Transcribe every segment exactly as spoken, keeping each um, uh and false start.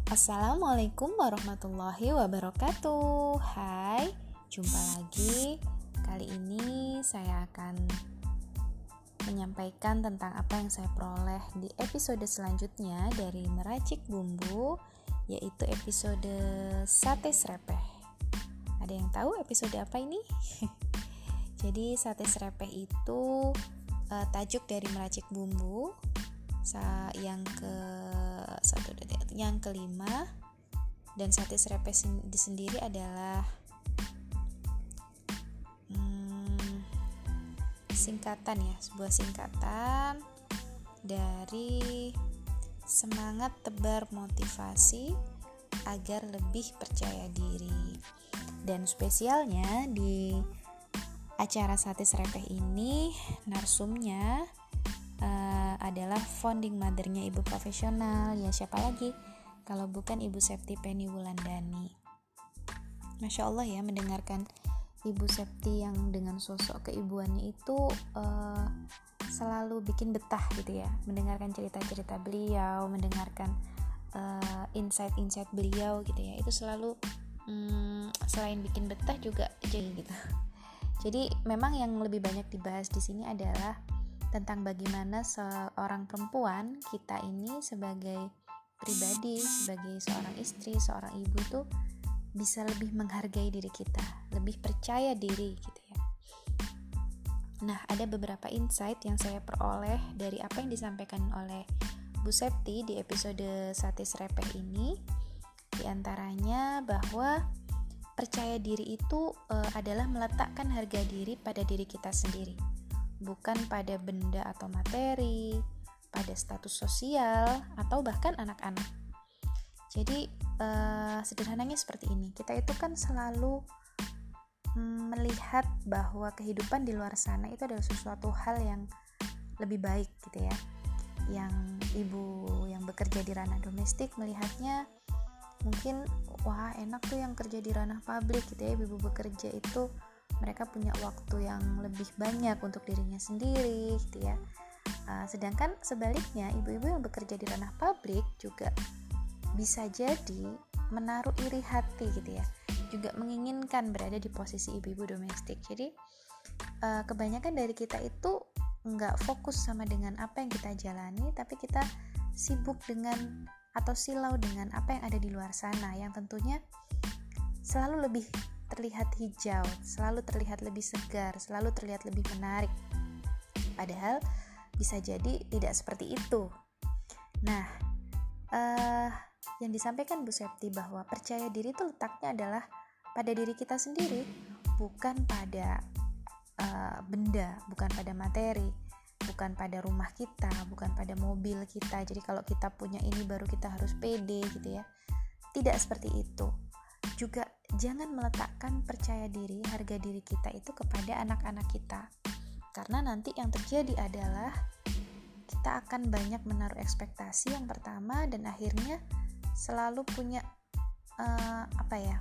Assalamualaikum warahmatullahi wabarakatuh. Hai, jumpa lagi. Kali ini saya akan menyampaikan tentang apa yang saya peroleh di episode selanjutnya dari Meracik Bumbu, yaitu episode sate serepeh. Ada yang tahu episode apa ini? Jadi sate serepeh itu uh, tajuk dari Meracik Bumbu Sa- yang ke satu yang kelima, dan sate serepeh sendiri adalah hmm, singkatan ya, sebuah singkatan dari semangat tebar motivasi agar lebih percaya diri. Dan spesialnya di acara sate serepeh ini narsumnya Uh, adalah founding mother-nya ibu profesional. Ya siapa lagi kalau bukan Ibu Septi Penny Wulandani. Masya Allah ya, mendengarkan Ibu Septi yang dengan sosok keibuannya itu uh, selalu bikin betah gitu ya. Mendengarkan cerita-cerita beliau, mendengarkan uh, insight-insight beliau gitu ya. Itu selalu um, selain bikin betah juga jadi gitu. Jadi memang yang lebih banyak dibahas di sini adalah tentang bagaimana seorang perempuan, kita ini sebagai pribadi, sebagai seorang istri, seorang ibu tuh bisa lebih menghargai diri kita, lebih percaya diri gitu ya. Nah, ada beberapa insight yang saya peroleh dari apa yang disampaikan oleh Bu Septi di episode Sate Serepeh ini. Di antaranya bahwa percaya diri itu e, adalah meletakkan harga diri pada diri kita sendiri, bukan pada benda atau materi, pada status sosial, atau bahkan anak-anak. Jadi eh, sederhananya seperti ini, kita itu kan selalu mm, melihat bahwa kehidupan di luar sana itu adalah sesuatu hal yang lebih baik gitu ya. Yang ibu yang bekerja di ranah domestik melihatnya mungkin wah enak tuh yang kerja di ranah publik gitu ya, ibu bekerja itu mereka punya waktu yang lebih banyak untuk dirinya sendiri gitu ya. Uh, sedangkan sebaliknya ibu-ibu yang bekerja di ranah publik juga bisa jadi menaruh iri hati gitu ya, juga menginginkan berada di posisi ibu-ibu domestik. Jadi uh, kebanyakan dari kita itu nggak fokus sama dengan apa yang kita jalani, tapi kita sibuk dengan atau silau dengan apa yang ada di luar sana, yang tentunya selalu lebih terlihat hijau, selalu terlihat lebih segar, selalu terlihat lebih menarik. Padahal bisa jadi tidak seperti itu. Nah, uh, yang disampaikan Bu Septi bahwa percaya diri itu letaknya adalah pada diri kita sendiri, bukan pada uh, benda, bukan pada materi, bukan pada rumah kita, bukan pada mobil kita. Jadi kalau kita punya ini baru kita harus pede gitu ya. Tidak seperti itu. Juga jangan meletakkan percaya diri, harga diri kita itu kepada anak-anak kita. Karena nanti yang terjadi adalah kita akan banyak menaruh ekspektasi yang pertama, dan akhirnya selalu punya uh, apa ya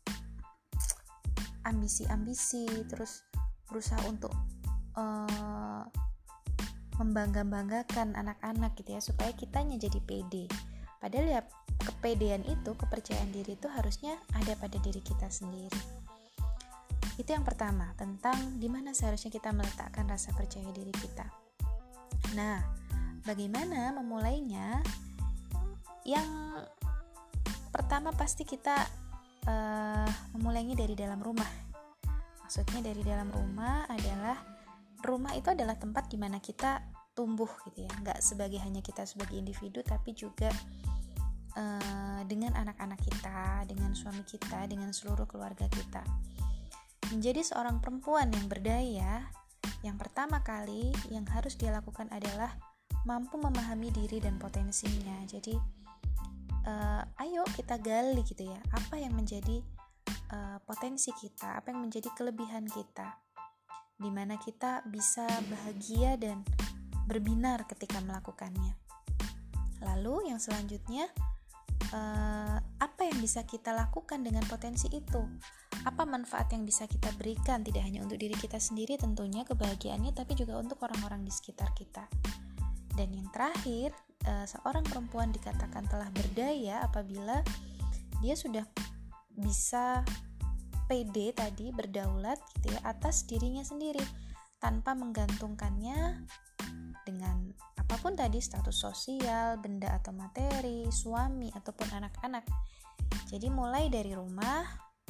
ambisi-ambisi, terus berusaha untuk uh, membangga-banggakan anak-anak gitu ya, supaya kitanya jadi pede. Padahal ya kepedean itu, kepercayaan diri itu harusnya ada pada diri kita sendiri. Itu yang pertama, tentang di mana seharusnya kita meletakkan rasa percaya diri kita. Nah, bagaimana memulainya? Yang pertama pasti kita uh, memulainya dari dalam rumah. Maksudnya dari dalam rumah adalah, rumah itu adalah tempat di mana kita tumbuh gitu ya, nggak sebagai hanya kita sebagai individu, tapi juga uh, dengan anak-anak kita, dengan suami kita, dengan seluruh keluarga kita. Menjadi seorang perempuan yang berdaya, yang pertama kali yang harus dia lakukan adalah mampu memahami diri dan potensinya. Jadi uh, ayo kita gali gitu ya, apa yang menjadi uh, potensi kita, apa yang menjadi kelebihan kita, di mana kita bisa bahagia dan berbinar ketika melakukannya. Lalu yang selanjutnya, eh, apa yang bisa kita lakukan dengan potensi itu? Apa manfaat yang bisa kita berikan, tidak hanya untuk diri kita sendiri tentunya kebahagiaannya, tapi juga untuk orang-orang di sekitar kita. Dan yang terakhir, uh, seorang perempuan dikatakan telah berdaya apabila dia sudah bisa pede tadi, berdaulat gitu ya atas dirinya sendiri tanpa menggantungkannya dengan apapun tadi, status sosial, benda atau materi, suami ataupun anak-anak. Jadi mulai dari rumah,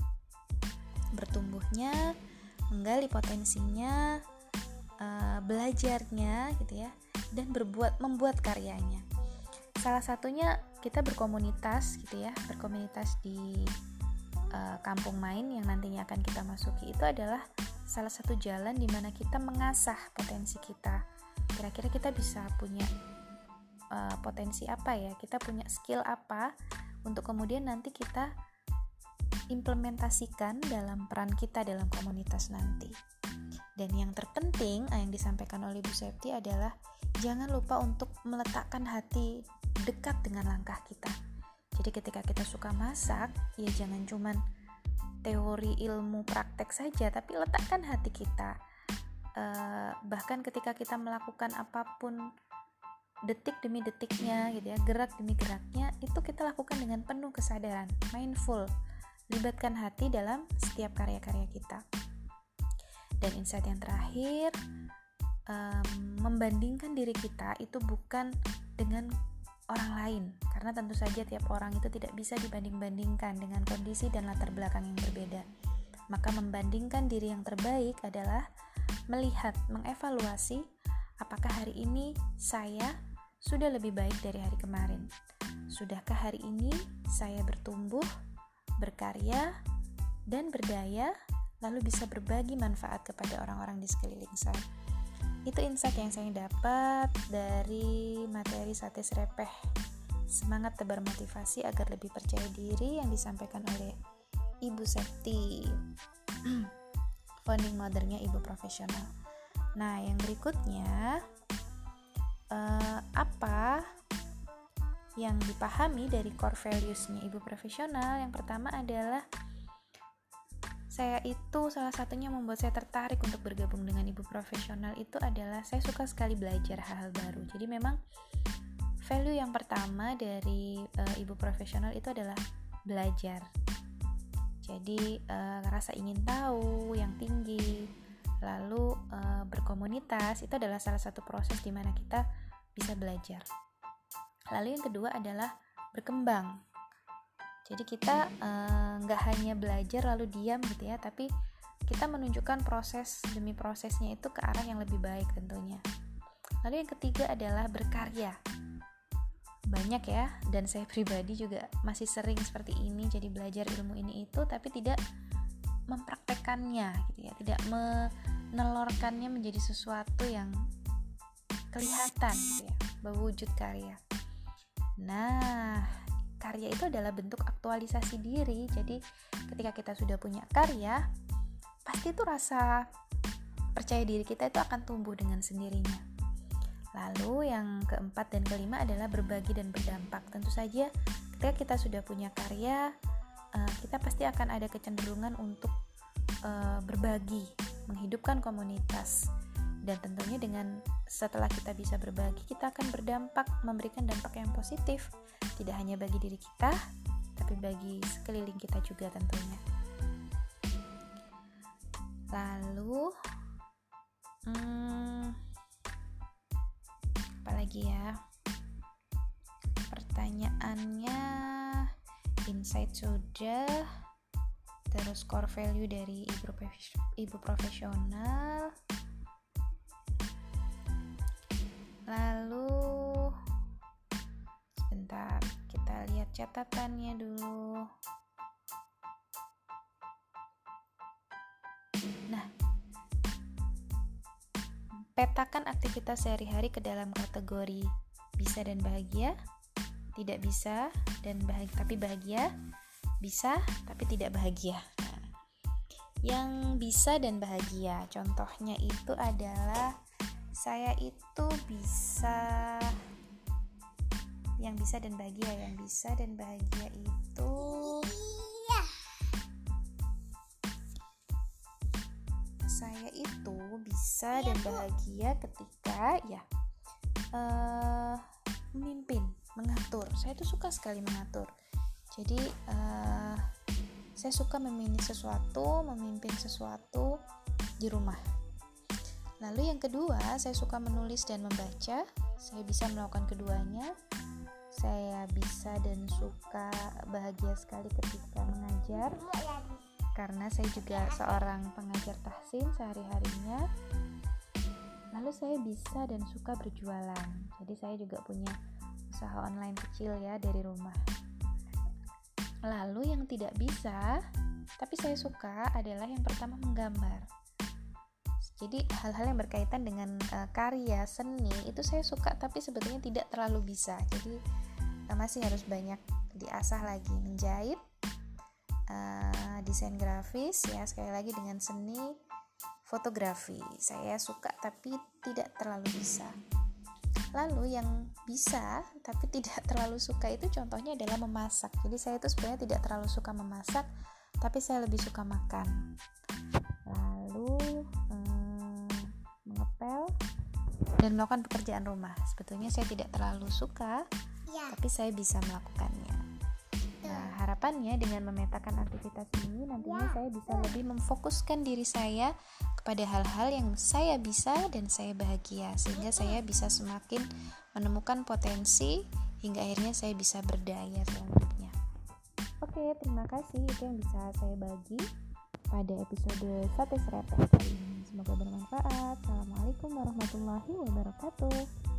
bertumbuhnya, menggali potensinya, uh, belajarnya gitu ya, dan berbuat membuat karyanya. Salah satunya kita berkomunitas gitu ya, berkomunitas di uh, kampung main yang nantinya akan kita masuki itu adalah salah satu jalan di mana kita mengasah potensi kita. Kira-kira kita bisa punya uh, potensi apa ya? Kita punya skill apa untuk kemudian nanti kita implementasikan dalam peran kita dalam komunitas nanti. Dan yang terpenting yang disampaikan oleh Bu Septi adalah jangan lupa untuk meletakkan hati dekat dengan langkah kita. Jadi ketika kita suka masak, ya jangan cuman teori, ilmu, praktek saja, tapi letakkan hati kita. Uh, bahkan ketika kita melakukan apapun detik demi detiknya gitu ya, gerak demi geraknya, itu kita lakukan dengan penuh kesadaran, mindful. Libatkan hati dalam setiap karya-karya kita. Dan insight yang terakhir, um, membandingkan diri kita itu bukan dengan orang lain, karena tentu saja tiap orang itu tidak bisa dibanding-bandingkan dengan kondisi dan latar belakang yang berbeda. Maka membandingkan diri yang terbaik adalah melihat, mengevaluasi apakah hari ini saya sudah lebih baik dari hari kemarin. Sudahkah hari ini saya bertumbuh, berkarya, dan berdaya, lalu bisa berbagi manfaat kepada orang-orang di sekeliling saya. Itu insight yang saya dapat dari materi Sate Serepeh Semangat Tebar Motivasi Agar Lebih Percaya Diri yang disampaikan oleh Ibu Septi, founding mother-nya Ibu Profesional. Nah, yang berikutnya, eh, apa yang dipahami dari core values-nya Ibu Profesional? Yang pertama adalah saya itu salah satunya membuat saya tertarik untuk bergabung dengan Ibu Profesional itu adalah saya suka sekali belajar hal-hal baru. Jadi memang value yang pertama dari uh, Ibu Profesional itu adalah belajar. Jadi uh, rasa ingin tahu yang tinggi, lalu uh, berkomunitas itu adalah salah satu proses di mana kita bisa belajar. Lalu yang kedua adalah berkembang. Jadi kita nggak uh, hanya belajar lalu diam gitu ya, tapi kita menunjukkan proses demi prosesnya itu ke arah yang lebih baik tentunya. Lalu yang ketiga adalah berkarya. Banyak ya, dan saya pribadi juga masih sering seperti ini, jadi belajar ilmu ini itu tapi tidak mempraktekannya gitu ya, tidak menelorkannya menjadi sesuatu yang kelihatan gitu ya, berwujud karya. Nah, karya itu adalah bentuk aktualisasi diri. Jadi ketika kita sudah punya karya, pasti itu rasa percaya diri kita itu akan tumbuh dengan sendirinya. Lalu yang keempat dan kelima adalah berbagi dan berdampak. Tentu saja ketika kita sudah punya karya, kita pasti akan ada kecenderungan untuk berbagi, menghidupkan komunitas. Dan tentunya dengan setelah kita bisa berbagi, kita akan berdampak, memberikan dampak yang positif, tidak hanya bagi diri kita, tapi bagi sekeliling kita juga tentunya. Lalu hmm, apa lagi ya? Pertanyaannya insight sudah, terus core value dari ibu, profes- ibu profesional. Lalu sebentar, kita lihat catatannya dulu. Nah, petakan aktivitas sehari-hari ke dalam kategori bisa dan bahagia, tidak bisa dan bahagia tapi bahagia, bisa tapi tidak bahagia. Nah, yang bisa dan bahagia, contohnya itu adalah saya itu bisa, yang bisa dan bahagia, yang bisa dan bahagia itu saya itu bisa dan bahagia ketika ya uh, memimpin, mengatur. Saya tuh suka sekali mengatur. Jadi uh, saya suka memilih sesuatu, memimpin sesuatu di rumah. Lalu yang kedua, saya suka menulis dan membaca. Saya bisa melakukan keduanya. Saya bisa dan suka bahagia sekali ketika mengajar, karena saya juga seorang pengajar tahsin sehari-harinya. Lalu saya bisa dan suka berjualan. Jadi saya juga punya usaha online kecil ya dari rumah. Lalu yang tidak bisa, tapi saya suka adalah yang pertama menggambar. Jadi hal-hal yang berkaitan dengan uh, karya, seni itu saya suka, tapi sebetulnya tidak terlalu bisa. Jadi uh, masih harus banyak diasah lagi. Menjahit, uh, desain grafis, ya sekali lagi dengan seni, fotografi. Saya suka tapi tidak terlalu bisa. Lalu yang bisa tapi tidak terlalu suka itu contohnya adalah memasak. Jadi saya itu sebenarnya tidak terlalu suka memasak, tapi saya lebih suka makan. Lalu hmm, mengepel dan melakukan pekerjaan rumah. Sebetulnya saya tidak terlalu suka, ya, tapi saya bisa melakukannya. Nah, harapannya dengan memetakan aktivitas ini nantinya ya, saya bisa lebih memfokuskan diri saya kepada hal-hal yang saya bisa dan saya bahagia, sehingga saya bisa semakin menemukan potensi hingga akhirnya saya bisa berdaya selanjutnya. Oke, terima kasih. Itu yang bisa saya bagi pada episode Sate Serepet kali ini. Semoga bermanfaat. Assalamualaikum warahmatullahi wabarakatuh.